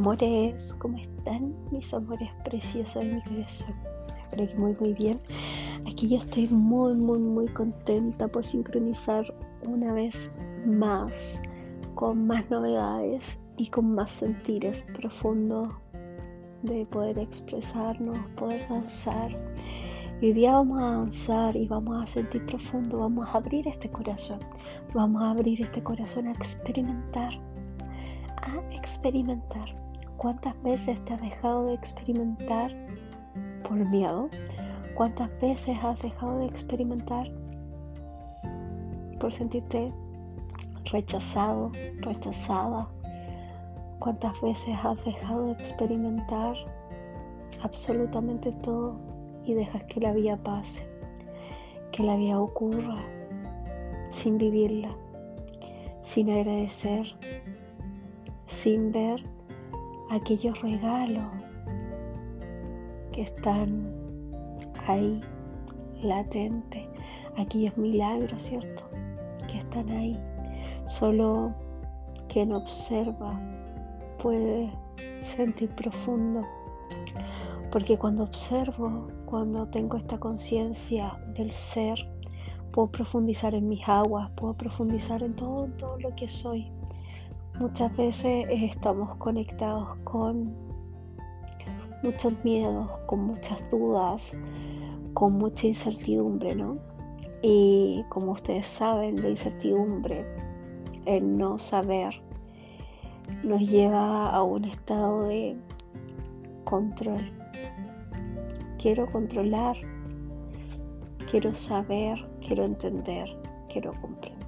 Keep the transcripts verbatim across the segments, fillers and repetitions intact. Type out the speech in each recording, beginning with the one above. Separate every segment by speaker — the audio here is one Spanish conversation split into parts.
Speaker 1: Amores, ¿cómo están mis amores preciosos de mi corazón? Espero que muy muy bien. Aquí yo estoy muy muy muy contenta por sincronizar una vez más con más novedades y con más sentires profundos de poder expresarnos, poder danzar. Y hoy día vamos a danzar y vamos a sentir profundo, vamos a abrir este corazón, vamos a abrir este corazón a experimentar, a experimentar. ¿Cuántas veces te has dejado de experimentar por miedo? ¿Cuántas veces has dejado de experimentar por sentirte rechazado, rechazada? ¿Cuántas veces has dejado de experimentar absolutamente todo y dejas que la vida pase, que la vida ocurra sin vivirla, sin agradecer, sin ver aquellos regalos que están ahí latentes, aquellos milagros, ¿cierto? Que están ahí. Solo quien observa puede sentir profundo, porque cuando observo, cuando tengo esta conciencia del ser, puedo profundizar en mis aguas, puedo profundizar en todo, todo lo que soy. Muchas veces estamos conectados con muchos miedos, con muchas dudas, con mucha incertidumbre, ¿no? Y como ustedes saben, la incertidumbre, el no saber, nos lleva a un estado de control. Quiero controlar, quiero saber, quiero entender, quiero comprender.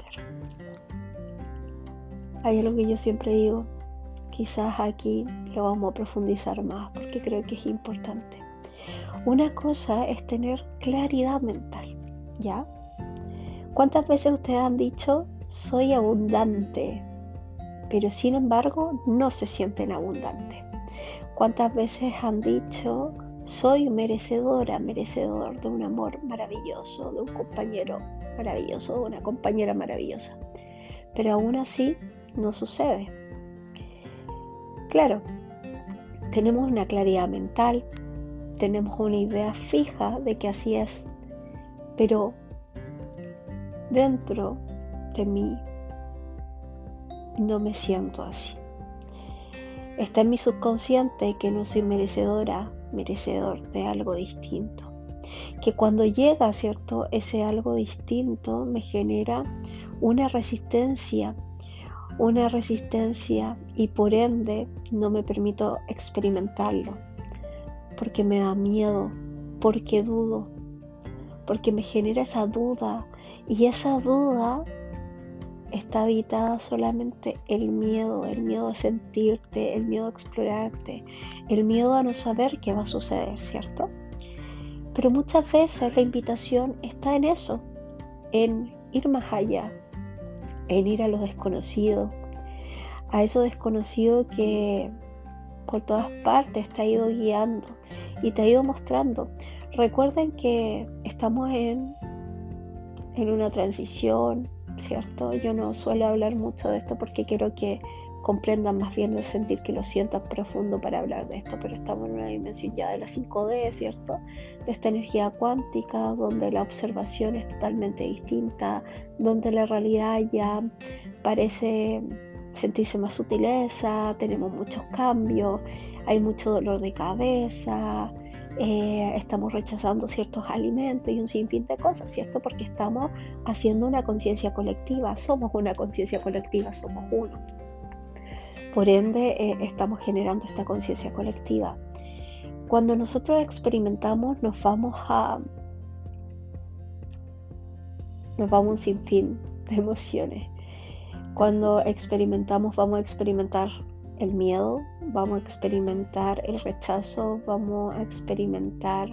Speaker 1: Hay algo que yo siempre digo, quizás aquí lo vamos a profundizar más porque creo que es importante. Una cosa es tener claridad mental, ¿ya? ¿Cuántas veces ustedes han dicho, soy abundante, pero sin embargo no se sienten abundantes? ¿Cuántas veces han dicho, soy merecedora, merecedor de un amor maravilloso, de un compañero maravilloso, de una compañera maravillosa? Pero aún así no sucede. Claro, tenemos una claridad mental, tenemos una idea fija de que así es, pero dentro de mí no me siento así. Está en mi subconsciente que no soy merecedora, merecedor de algo distinto. Que cuando llega, ¿cierto?, ese algo distinto me genera una resistencia, una resistencia y por ende no me permito experimentarlo, porque me da miedo, porque dudo, porque me genera esa duda y esa duda está habitada solamente el miedo, el miedo a sentirte, el miedo a explorarte, el miedo a no saber qué va a suceder, ¿cierto? Pero muchas veces la invitación está en eso, en ir más allá, en ir a lo desconocido, a eso desconocido que por todas partes te ha ido guiando y te ha ido mostrando. Recuerden que estamos en, en una transición, ¿cierto? Yo no suelo hablar mucho de esto porque quiero que comprendan más bien el sentir, que lo sientan profundo para hablar de esto, pero estamos en una dimensión ya de la cinco D, ¿cierto? De esta energía cuántica, donde la observación es totalmente distinta, donde la realidad ya parece sentirse más sutileza, tenemos muchos cambios, hay mucho dolor de cabeza, eh, estamos rechazando ciertos alimentos y un sinfín de cosas, ¿cierto? Porque estamos haciendo una conciencia colectiva, somos una conciencia colectiva, somos uno. Por ende, eh, estamos generando esta conciencia colectiva. Cuando nosotros experimentamos, nos vamos a nos vamos a un sinfín de emociones. Cuando experimentamos, vamos a experimentar el miedo, vamos a experimentar el rechazo, vamos a experimentar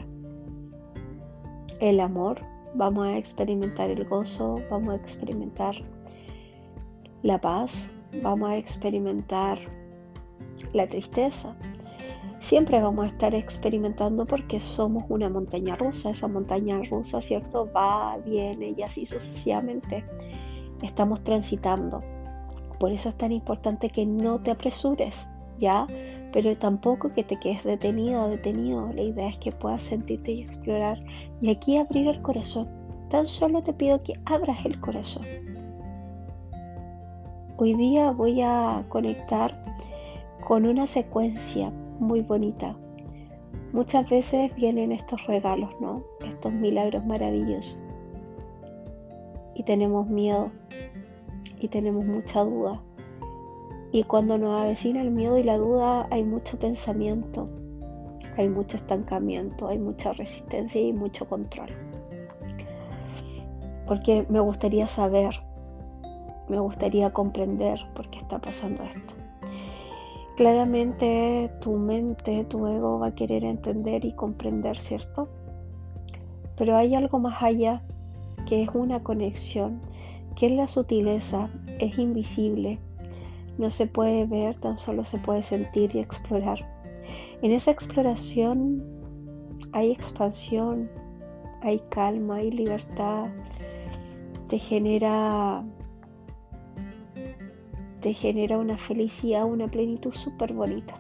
Speaker 1: el amor, vamos a experimentar el gozo, vamos a experimentar la paz, vamos a experimentar la tristeza. Siempre vamos a estar experimentando porque somos una montaña rusa. Esa montaña rusa, ¿cierto?, va, viene y así sucesivamente. Estamos transitando. Por eso es tan importante que no te apresures, ¿ya? Pero tampoco que te quedes detenida o detenido. La idea es que puedas sentirte y explorar. Y aquí abrir el corazón. Tan solo te pido que abras el corazón. Hoy día voy a conectar con una secuencia muy bonita. Muchas veces vienen estos regalos, ¿no? Estos milagros maravillosos. Y tenemos miedo. Y tenemos mucha duda. Y cuando nos avecina el miedo y la duda, hay mucho pensamiento, hay mucho estancamiento, hay mucha resistencia y mucho control. Porque me gustaría saber, me gustaría comprender por qué está pasando esto. Claramente tu mente, tu ego va a querer entender y comprender, ¿cierto? Pero hay algo más allá, que es una conexión, que es la sutileza, es invisible. No se puede ver, tan solo se puede sentir y explorar. En esa exploración hay expansión, hay calma, hay libertad. Te genera, te genera una felicidad, una plenitud súper bonita.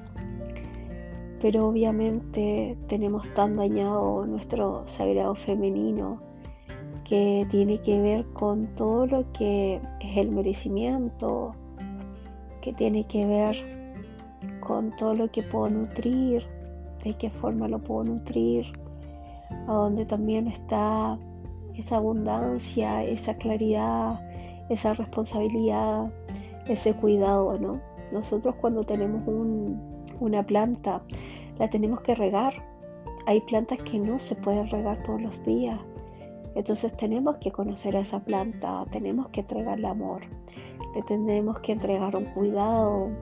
Speaker 1: Pero obviamente tenemos tan dañado nuestro sagrado femenino, que tiene que ver con todo lo que es el merecimiento, que tiene que ver con todo lo que puedo nutrir, de qué forma lo puedo nutrir, a donde también está esa abundancia, esa claridad, esa responsabilidad, ese cuidado, ¿no? Nosotros cuando tenemos un, una planta, la tenemos que regar. Hay plantas que no se pueden regar todos los días. Entonces tenemos que conocer a esa planta, tenemos que entregarle amor. Le tenemos que entregar un cuidado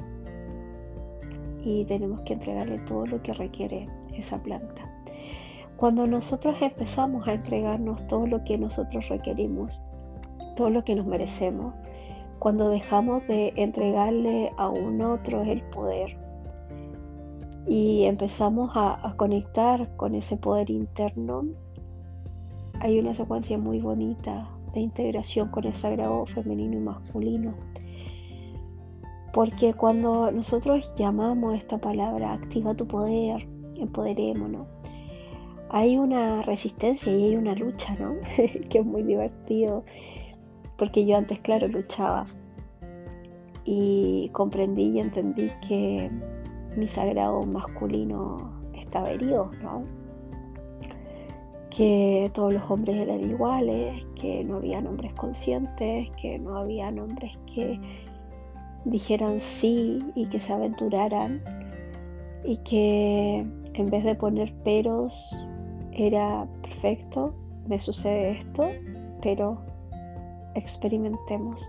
Speaker 1: y tenemos que entregarle todo lo que requiere esa planta. Cuando nosotros empezamos a entregarnos todo lo que nosotros requerimos, todo lo que nos merecemos, cuando dejamos de entregarle a un otro el poder y empezamos a, a conectar con ese poder interno, hay una secuencia muy bonita de integración con el sagrado femenino y masculino, porque cuando nosotros llamamos esta palabra activa tu poder, empoderémonos, hay una resistencia y hay una lucha, ¿no? Que es muy divertido, porque yo antes, claro, luchaba y comprendí y entendí que mi sagrado masculino estaba herido, ¿no? Que todos los hombres eran iguales, que no había hombres conscientes, que no había hombres que dijeran sí y que se aventuraran, y que en vez de poner peros era perfecto, me sucede esto, pero experimentemos.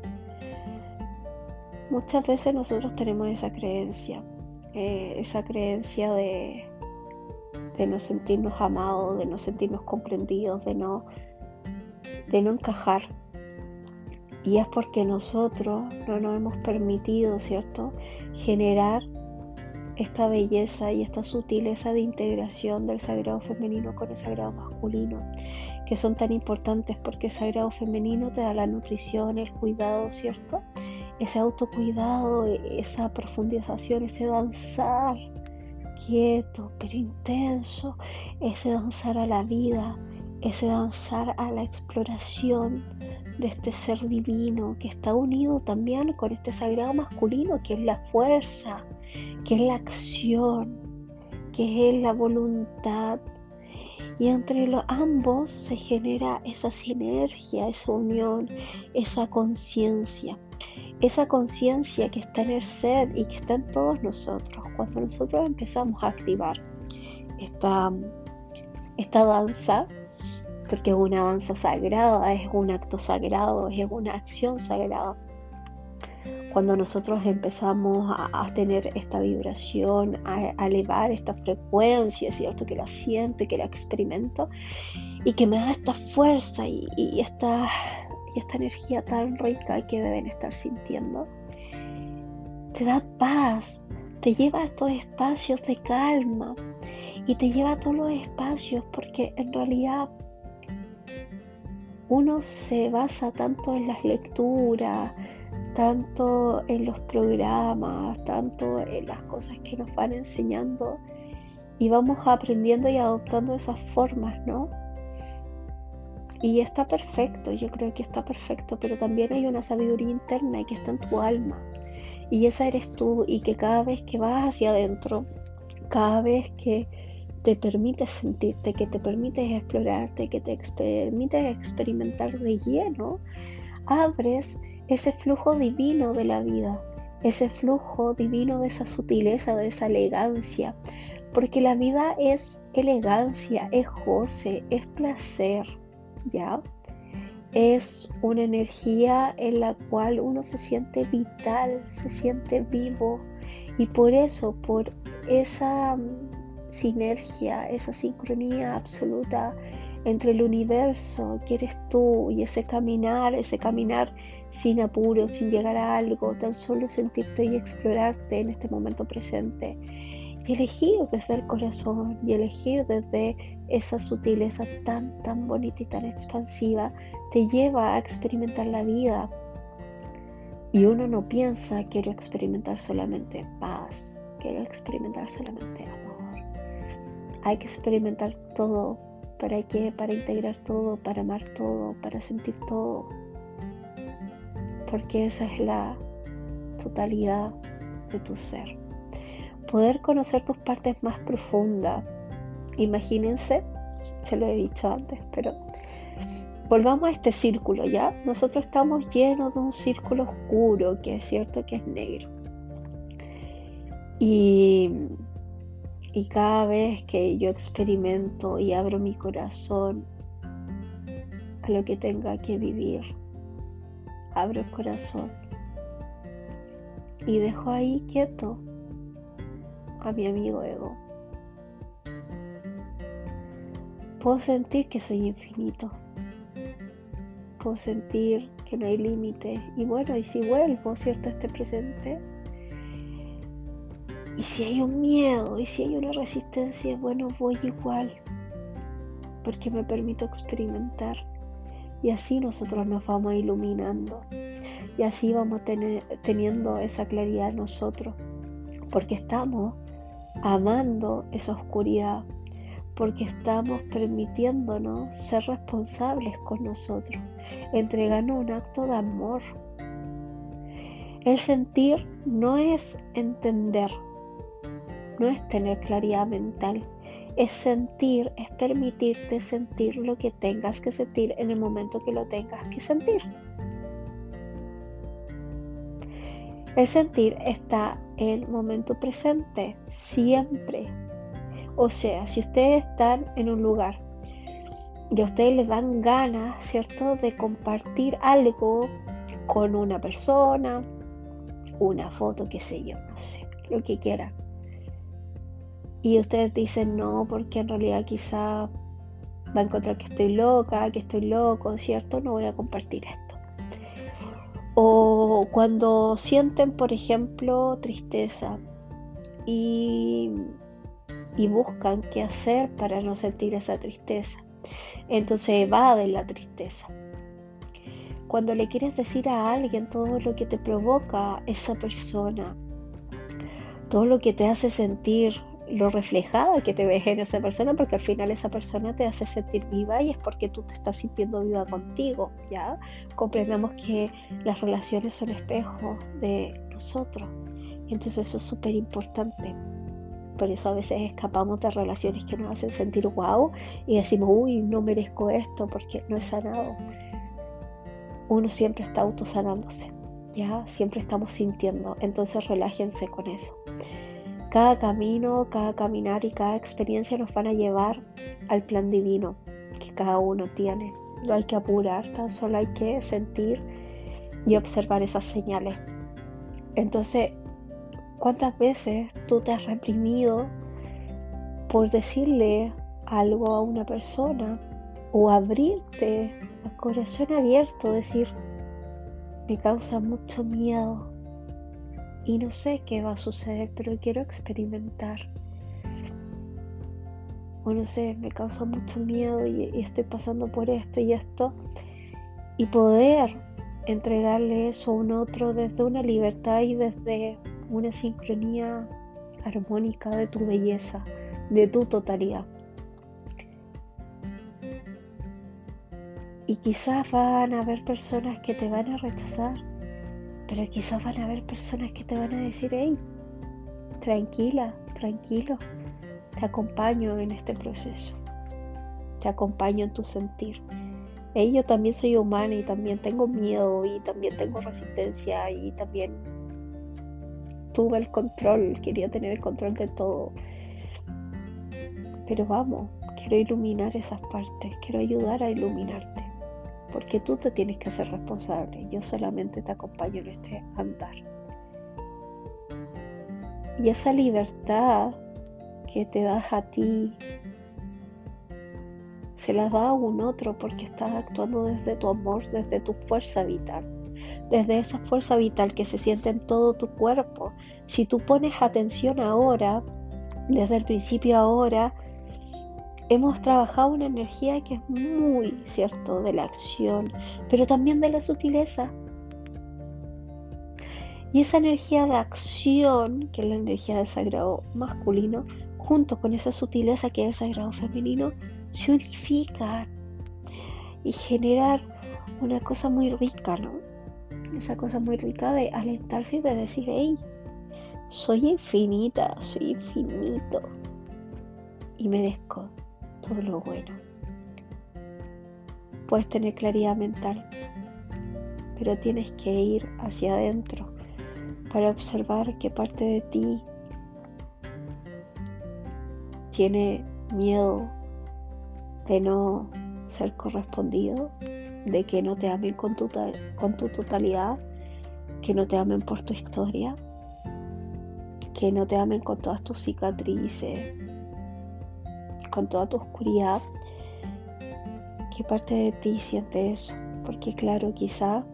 Speaker 1: Muchas veces nosotros tenemos esa creencia, eh, esa creencia de de no sentirnos amados, de no sentirnos comprendidos, de no, de no encajar. Y es porque nosotros no nos hemos permitido, ¿cierto?, generar esta belleza y esta sutileza de integración del sagrado femenino con el sagrado masculino, que son tan importantes, porque el sagrado femenino te da la nutrición, el cuidado, ¿cierto?, ese autocuidado, esa profundización, ese danzar quieto pero intenso, ese danzar a la vida, ese danzar a la exploración de este ser divino que está unido también con este sagrado masculino, que es la fuerza, que es la acción, que es la voluntad. Y entre los ambos se genera esa sinergia, esa unión, esa conciencia. Esa conciencia que está en el ser y que está en todos nosotros. Cuando nosotros empezamos a activar esta, esta danza, porque es una danza sagrada, es un acto sagrado, es una acción sagrada. Cuando nosotros empezamos a, a tener esta vibración, a, a elevar esta frecuencia, ¿cierto?, que la siento y que la experimento y que me da esta fuerza y, y esta... y esta energía tan rica que deben estar sintiendo, te da paz, te lleva a estos espacios de calma y te lleva a todos los espacios, porque en realidad uno se basa tanto en las lecturas, tanto en los programas, tanto en las cosas que nos van enseñando, y vamos aprendiendo y adoptando esas formas, ¿no? Y está perfecto, yo creo que está perfecto, pero también hay una sabiduría interna que está en tu alma, y esa eres tú, y que cada vez que vas hacia adentro, cada vez que te permites sentirte, que te permites explorarte, que te permites experimentar de lleno, abres ese flujo divino de la vida, ese flujo divino de esa sutileza, de esa elegancia, porque la vida es elegancia, es goce, es placer, ¿ya? Es una energía en la cual uno se siente vital, se siente vivo, y por eso, por esa sinergia, esa sincronía absoluta entre el universo que eres tú y ese caminar, ese caminar sin apuro, sin llegar a algo, tan solo sentirte y explorarte en este momento presente y elegir desde el corazón y elegir desde esa sutileza tan tan bonita y tan expansiva, te lleva a experimentar la vida. Y uno no piensa, quiero experimentar solamente paz, quiero experimentar solamente amor. Hay que experimentar todo. ¿Para qué? Para integrar todo, para amar todo, para sentir todo. Porque esa es la totalidad de tu ser. Poder conocer tus partes más profundas. Imagínense, se lo he dicho antes, pero volvamos a este círculo, ¿ya? Nosotros estamos llenos de un círculo oscuro, que es cierto que es negro. Y... Y cada vez que yo experimento y abro mi corazón a lo que tenga que vivir, abro el corazón y dejo ahí quieto a mi amigo ego. Puedo sentir que soy infinito. Puedo sentir que no hay límite. Y bueno, y si vuelvo, ¿cierto?, a este presente. Y si hay un miedo, y si hay una resistencia, bueno, voy igual, porque me permito experimentar. Y así nosotros nos vamos iluminando, y así vamos tener, teniendo esa claridad en nosotros, porque estamos amando esa oscuridad, porque estamos permitiéndonos ser responsables con nosotros, entregando un acto de amor. El sentir no es entender, no es tener claridad mental, es sentir, es permitirte sentir lo que tengas que sentir en el momento que lo tengas que sentir. El sentir está en el momento presente, siempre. O sea, si ustedes están en un lugar y a ustedes les dan ganas, ¿cierto?, de compartir algo con una persona, una foto, qué sé yo, no sé, lo que quieran. Y ustedes dicen no, porque en realidad quizá va a encontrar que estoy loca, que estoy loco, ¿cierto? No voy a compartir esto. O cuando sienten, por ejemplo, tristeza y, y buscan qué hacer para no sentir esa tristeza. Entonces evaden la tristeza. Cuando le quieres decir a alguien todo lo que te provoca esa persona, todo lo que te hace sentir, lo reflejada que te ves en esa persona, porque al final esa persona te hace sentir viva y es porque tú te estás sintiendo viva contigo, ¿ya? Comprendamos que las relaciones son espejos de nosotros, entonces eso es súper importante. Por eso a veces escapamos de relaciones que nos hacen sentir wow y decimos, uy, no merezco esto porque no he sanado. Uno siempre está autosanándose, ¿ya? Siempre estamos sintiendo, entonces relájense con eso. Cada camino, cada caminar y cada experiencia nos van a llevar al plan divino que cada uno tiene. No hay que apurar, tan solo hay que sentir y observar esas señales. Entonces, ¿cuántas veces tú te has reprimido por decirle algo a una persona o abrirte a corazón abierto, decir, me causa mucho miedo? Y no sé qué va a suceder, pero quiero experimentar. O no sé, me causa mucho miedo y, y estoy pasando por esto y esto. Y poder entregarle eso a un otro desde una libertad y desde una sincronía armónica de tu belleza, de tu totalidad. Y quizás van a haber personas que te van a rechazar, pero quizás van a haber personas que te van a decir: hey, tranquila, tranquilo, te acompaño en este proceso, te acompaño en tu sentir. Hey, yo también soy humana y también tengo miedo y también tengo resistencia y también tuve el control, quería tener el control de todo. Pero vamos, quiero iluminar esas partes, quiero ayudar a iluminarte, porque tú te tienes que hacer responsable, yo solamente te acompaño en este andar. Y esa libertad que te das a ti, se las da a un otro porque estás actuando desde tu amor, desde tu fuerza vital, desde esa fuerza vital que se siente en todo tu cuerpo. Si tú pones atención ahora, desde el principio ahora, hemos trabajado una energía que es muy, cierto, de la acción, pero también de la sutileza. Y esa energía de acción, que es la energía del sagrado masculino, junto con esa sutileza que es el sagrado femenino, se unifican y generar una cosa muy rica, ¿no? Esa cosa muy rica de alentarse y de decir: hey, soy infinita, soy infinito y merezco todo lo bueno. Puedes tener claridad mental, pero tienes que ir hacia adentro para observar qué parte de ti tiene miedo de no ser correspondido, de que no te amen con tu, con tu totalidad, que no te amen por tu historia, que no te amen con todas tus cicatrices, con toda tu oscuridad. ¿Qué parte de ti siente eso? Porque claro, quizá,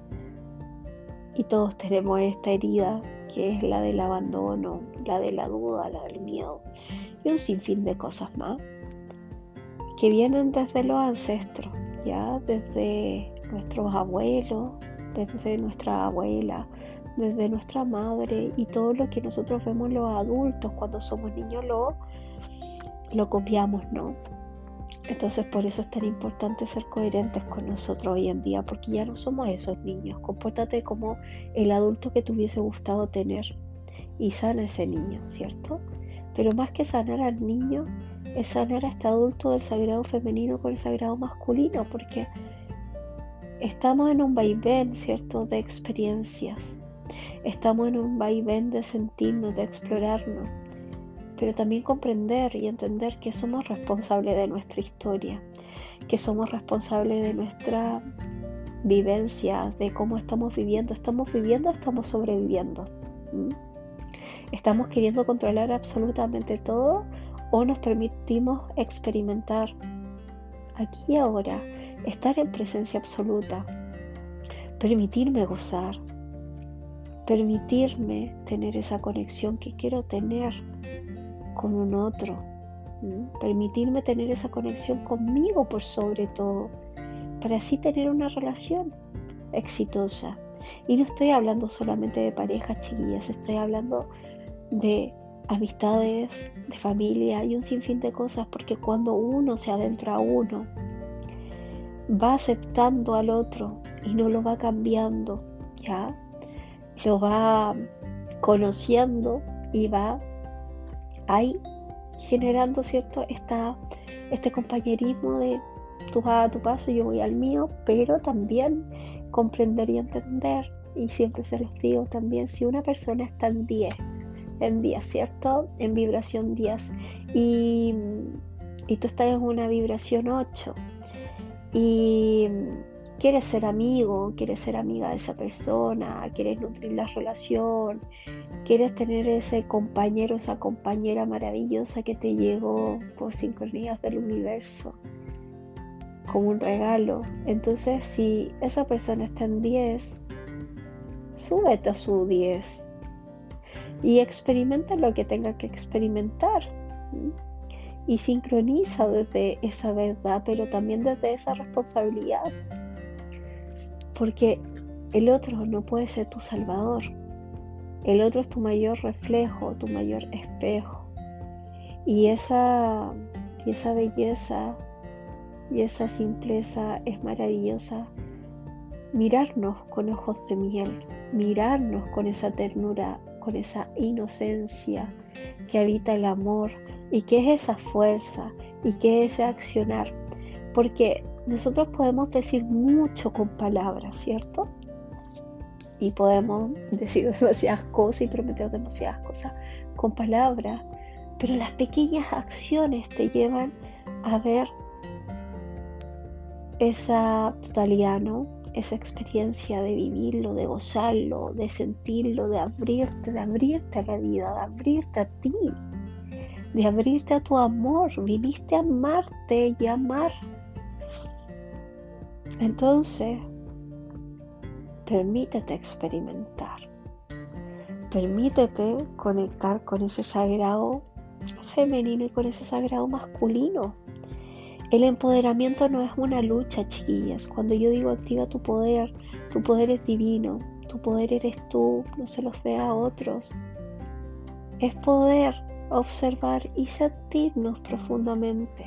Speaker 1: y todos tenemos esta herida que es la del abandono, la de la duda, la del miedo y un sinfín de cosas más que vienen desde los ancestros, ya desde nuestros abuelos, desde nuestra abuela, desde nuestra madre, y todo lo que nosotros vemos los adultos cuando somos niños lo, lo copiamos, ¿no? Entonces por eso es tan importante ser coherentes con nosotros hoy en día, porque ya no somos esos niños. Compórtate como el adulto que te hubiese gustado tener y sana a ese niño, ¿cierto? Pero más que sanar al niño, es sanar a este adulto del sagrado femenino con el sagrado masculino, porque estamos en un vaivén, ¿cierto?, de experiencias. Estamos en un vaivén de sentirnos, de explorarnos, pero también comprender y entender que somos responsables de nuestra historia, que somos responsables de nuestra vivencia, de cómo estamos viviendo. ¿Estamos viviendo o estamos sobreviviendo? ¿Mm? ¿Estamos queriendo controlar absolutamente todo o nos permitimos experimentar aquí y ahora, estar en presencia absoluta, permitirme gozar, permitirme tener esa conexión que quiero tener con un otro, ¿Mm? permitirme tener esa conexión conmigo por sobre todo, para así tener una relación exitosa? Y no estoy hablando solamente de parejas, chiquillas, estoy hablando de amistades, de familia y un sinfín de cosas, porque cuando uno se adentra a uno, va aceptando al otro y no lo va cambiando, ¿ya? Lo va conociendo y va ahí generando, ¿cierto?, Esta, este compañerismo de tú vas a tu paso, yo voy al mío, pero también comprender y entender. Y siempre se los digo también, si una persona está en diez, en diez, ¿cierto?, en vibración diez, y, y tú estás en una vibración ocho y quieres ser amigo, quieres ser amiga de esa persona, quieres nutrir la relación, quieres tener ese compañero, esa compañera maravillosa que te llegó por sincronías del universo como un regalo. Entonces, si esa persona está en diez, súbete a su diez y experimenta lo que tenga que experimentar, ¿sí? Y sincroniza desde esa verdad, pero también desde esa responsabilidad, porque El otro no puede ser tu salvador. El otro es tu mayor reflejo, tu mayor espejo. Y esa, y esa belleza y esa simpleza es maravillosa. Mirarnos con ojos de miel, mirarnos con esa ternura, con esa inocencia que habita el amor y que es esa fuerza y que es ese accionar. Porque nosotros podemos decir mucho con palabras, ¿cierto? Y podemos decir demasiadas cosas y prometer demasiadas cosas con palabras, pero las pequeñas acciones te llevan a ver esa totalidad, ¿no? Esa experiencia de vivirlo, de gozarlo, de sentirlo, de abrirte, de abrirte a la vida, de abrirte a ti, de abrirte a tu amor. Viniste a amarte y amar. Entonces, permítete experimentar. Permítete conectar con ese sagrado femenino y con ese sagrado masculino. El empoderamiento no es una lucha, chiquillas. Cuando yo digo activa tu poder, tu poder es divino, tu poder eres tú, no se los dé a otros. Es poder observar y sentirnos profundamente.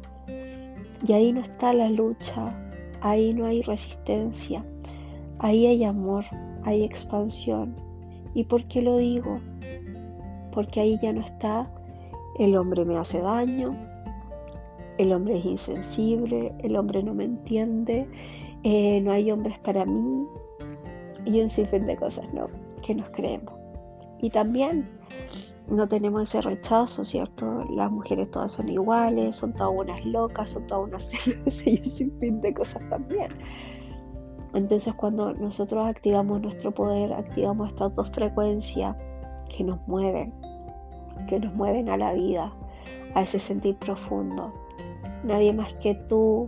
Speaker 1: Y ahí no está la lucha, ahí no hay resistencia, ahí hay amor, hay expansión. ¿Y por qué lo digo? Porque ahí ya no está el hombre me hace daño, el hombre es insensible, el hombre no me entiende, eh, no hay hombres para mí y un sinfín de cosas, ¿no? Que nos creemos. Y también no tenemos ese rechazo, ¿cierto? Las mujeres todas son iguales, son todas unas locas, son todas unas celosas y un sinfín de cosas también. Entonces cuando nosotros activamos nuestro poder, activamos estas dos frecuencias que nos mueven, que nos mueven a la vida, a ese sentir profundo. Nadie más que tú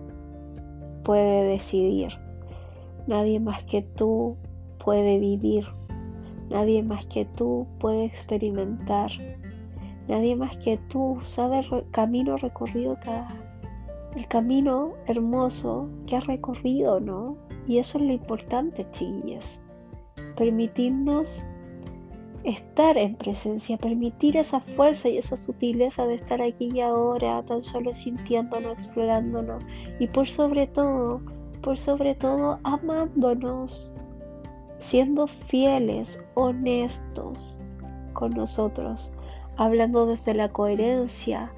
Speaker 1: puede decidir. Nadie más que tú puede vivir. Nadie más que tú puede experimentar. Nadie más que tú sabe el camino recorrido que ha, el camino hermoso que has recorrido, ¿no? Y eso es lo importante, chiquillas. Permitirnos estar en presencia, permitir esa fuerza y esa sutileza de estar aquí y ahora, tan solo sintiéndonos, explorándonos y por sobre todo, por sobre todo amándonos, siendo fieles, honestos con nosotros, hablando desde la coherencia,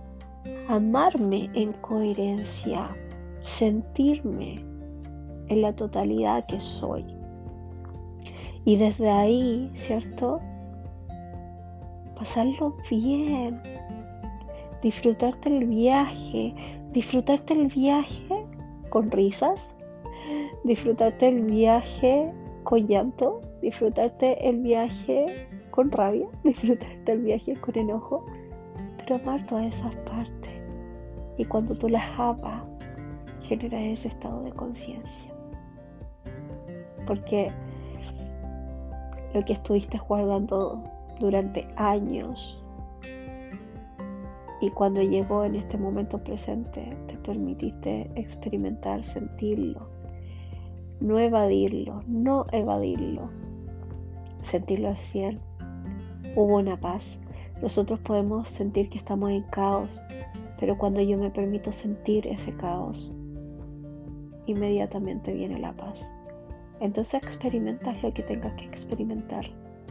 Speaker 1: amarme en coherencia, sentirme en la totalidad que soy. Y desde ahí, ¿cierto? Pasarlo bien, disfrutarte el viaje, disfrutarte el viaje con risas, disfrutarte el viaje con llanto, disfrutarte el viaje con rabia, disfrutarte el viaje con enojo, pero amar todas esas partes. Y cuando tú las amas, genera ese estado de conciencia. Porque lo que estuviste guardando durante años y cuando llegó en este momento presente te permitiste experimentar, sentirlo, no evadirlo, no evadirlo, sentirlo al cien. Hubo una paz. Nosotros podemos sentir que estamos en caos, pero cuando yo me permito sentir ese caos, inmediatamente viene la paz. Entonces experimentas lo que tengas que experimentar.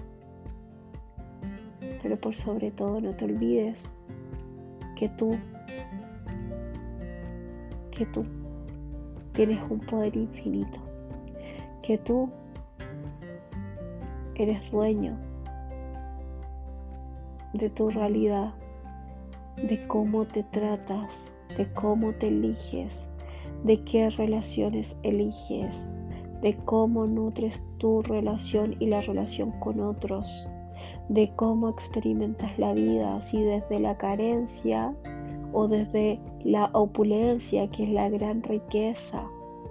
Speaker 1: Pero por sobre todo no te olvides que tú, que tú tienes un poder infinito. Que tú eres dueño de tu realidad, de cómo te tratas, de cómo te eliges, de qué relaciones eliges, de cómo nutres tu relación y la relación con otros, de cómo experimentas la vida, si desde la carencia o desde la opulencia, que es la gran riqueza.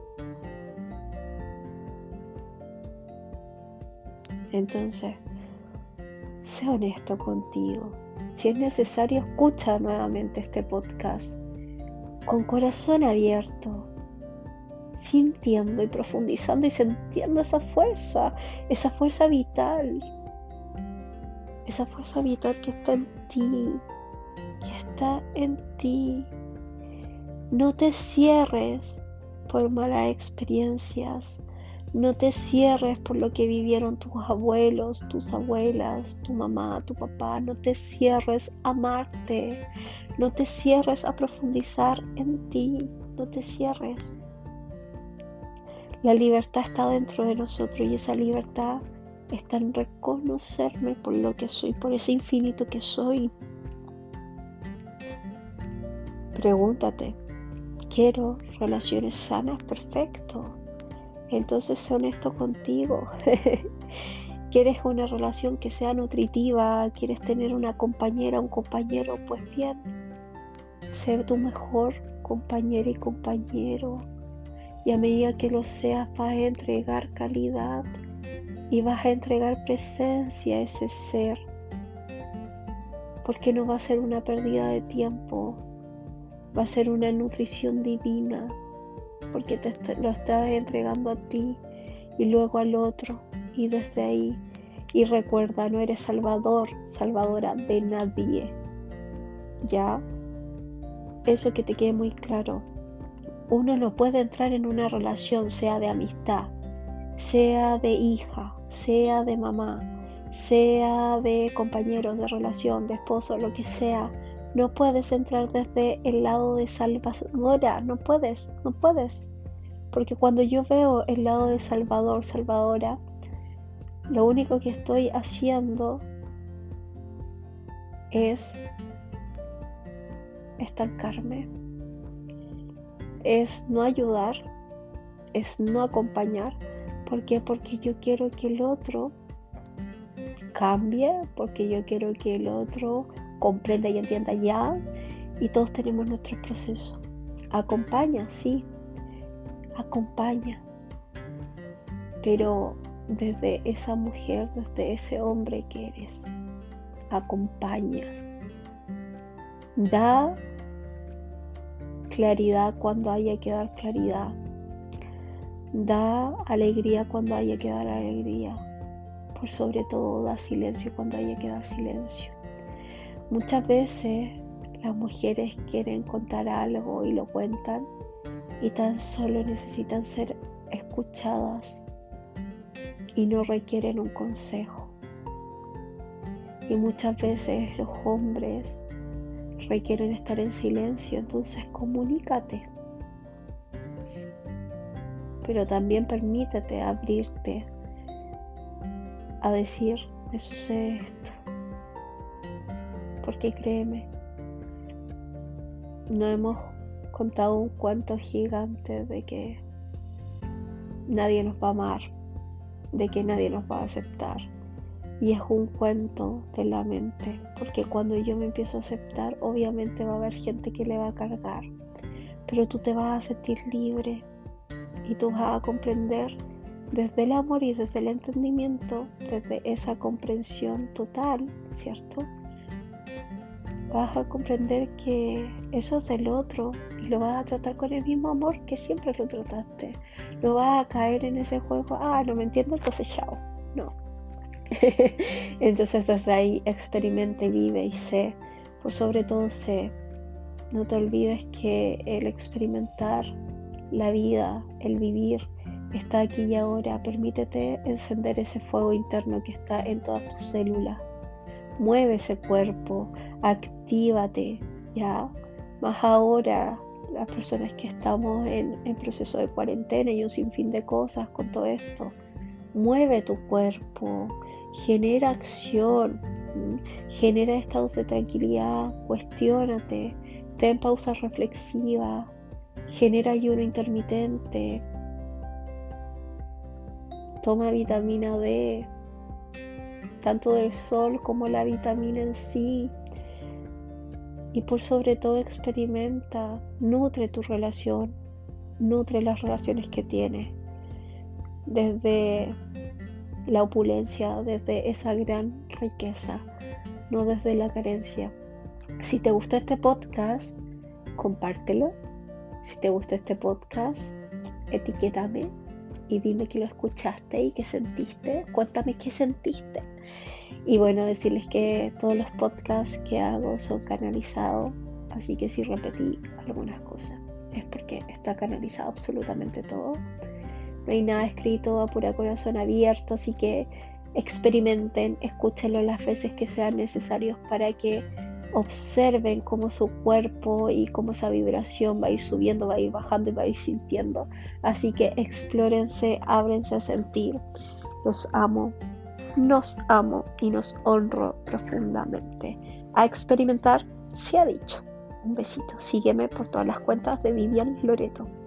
Speaker 1: Entonces, sé honesto contigo. Si es necesario, escucha nuevamente este podcast con corazón abierto. sintiendo y profundizando y sintiendo esa fuerza, esa fuerza vital, esa fuerza vital que está en ti, que está en ti. No te cierres por malas experiencias, no te cierres por lo que vivieron tus abuelos, tus abuelas, tu mamá, tu papá, no te cierres a amarte, no te cierres a profundizar en ti, no te cierres. La libertad está dentro de nosotros y esa libertad está en reconocerme por lo que soy, por ese infinito que soy. Pregúntate, ¿quiero relaciones sanas? Perfecto. Entonces sé honesto contigo. ¿Quieres una relación que sea nutritiva? ¿Quieres tener una compañera, un compañero? Pues bien, sé tu mejor compañera y compañero. Y a medida que lo seas vas a entregar calidad y vas a entregar presencia a ese ser. Porque no va a ser una pérdida de tiempo, va a ser una nutrición divina. Porque te lo estás entregando a ti y luego al otro y desde ahí. Y recuerda, no eres salvador, salvadora de nadie. ¿Ya? Eso que te quede muy claro. Uno no puede entrar en una relación, sea de amistad, sea de hija, sea de mamá, sea de compañeros de relación, de esposo, lo que sea. No puedes entrar desde el lado de salvadora, no puedes, no puedes. Porque cuando yo veo el lado de salvador, salvadora, lo único que estoy haciendo es estancarme, es no ayudar, es no acompañar. ¿Por qué? Porque yo quiero que el otro cambie, porque yo quiero que el otro comprenda y entienda ya, y todos tenemos nuestro proceso. Acompaña, sí, acompaña, pero desde esa mujer, desde ese hombre que eres, acompaña, da claridad cuando haya que dar claridad, da alegría cuando haya que dar alegría, por sobre todo da silencio cuando haya que dar silencio. Muchas veces las mujeres quieren contar algo y lo cuentan y tan solo necesitan ser escuchadas y no requieren un consejo. Y muchas veces los hombres requieren estar en silencio, entonces comunícate. Pero también permítete abrirte a decir, me sucede esto. Porque créeme, no hemos contado un cuento gigante de que nadie nos va a amar, de que nadie nos va a aceptar. Y es un cuento de la mente, porque cuando yo me empiezo a aceptar, obviamente va a haber gente que le va a cargar, pero tú te vas a sentir libre y tú vas a comprender desde el amor y desde el entendimiento, desde esa comprensión total, ¿cierto? Vas a comprender que eso es del otro y lo vas a tratar con el mismo amor que siempre lo trataste. No vas a caer en ese juego, ah, no me entiendo, entonces chao. No. Entonces desde ahí experimenta, vive y sé. Por sobre todo sé. No te olvides que el experimentar la vida, el vivir, está aquí y ahora. Permítete encender ese fuego interno que está en todas tus células. Mueve ese cuerpo, actívate, ya. Más ahora, las personas que estamos en, en proceso de cuarentena y un sinfín de cosas con todo esto. Mueve tu cuerpo, genera acción, genera estados de tranquilidad, cuestiónate, ten pausa reflexiva, genera ayuno intermitente, toma vitamina D, tanto del sol como la vitamina en sí, y por sobre todo experimenta, nutre tu relación, nutre las relaciones que tienes, desde la opulencia, desde esa gran riqueza, no desde la carencia. Si te gustó este podcast, compártelo. Si te gustó este podcast, etiquétame y dime que lo escuchaste y que sentiste. Cuéntame qué sentiste. Y bueno, decirles que todos los podcasts que hago son canalizados, así que si repetí algunas cosas es porque está canalizado absolutamente todo. No hay nada escrito a pura corazón abierto, así que experimenten, escúchenlo las veces que sean necesarios para que observen cómo su cuerpo y cómo esa vibración va a ir subiendo, va a ir bajando y va a ir sintiendo. Así que explórense, ábrense a sentir. Los amo, nos amo y nos honro profundamente. A experimentar se ha dicho. Un besito. Sígueme por todas las cuentas de Vivian Loreto.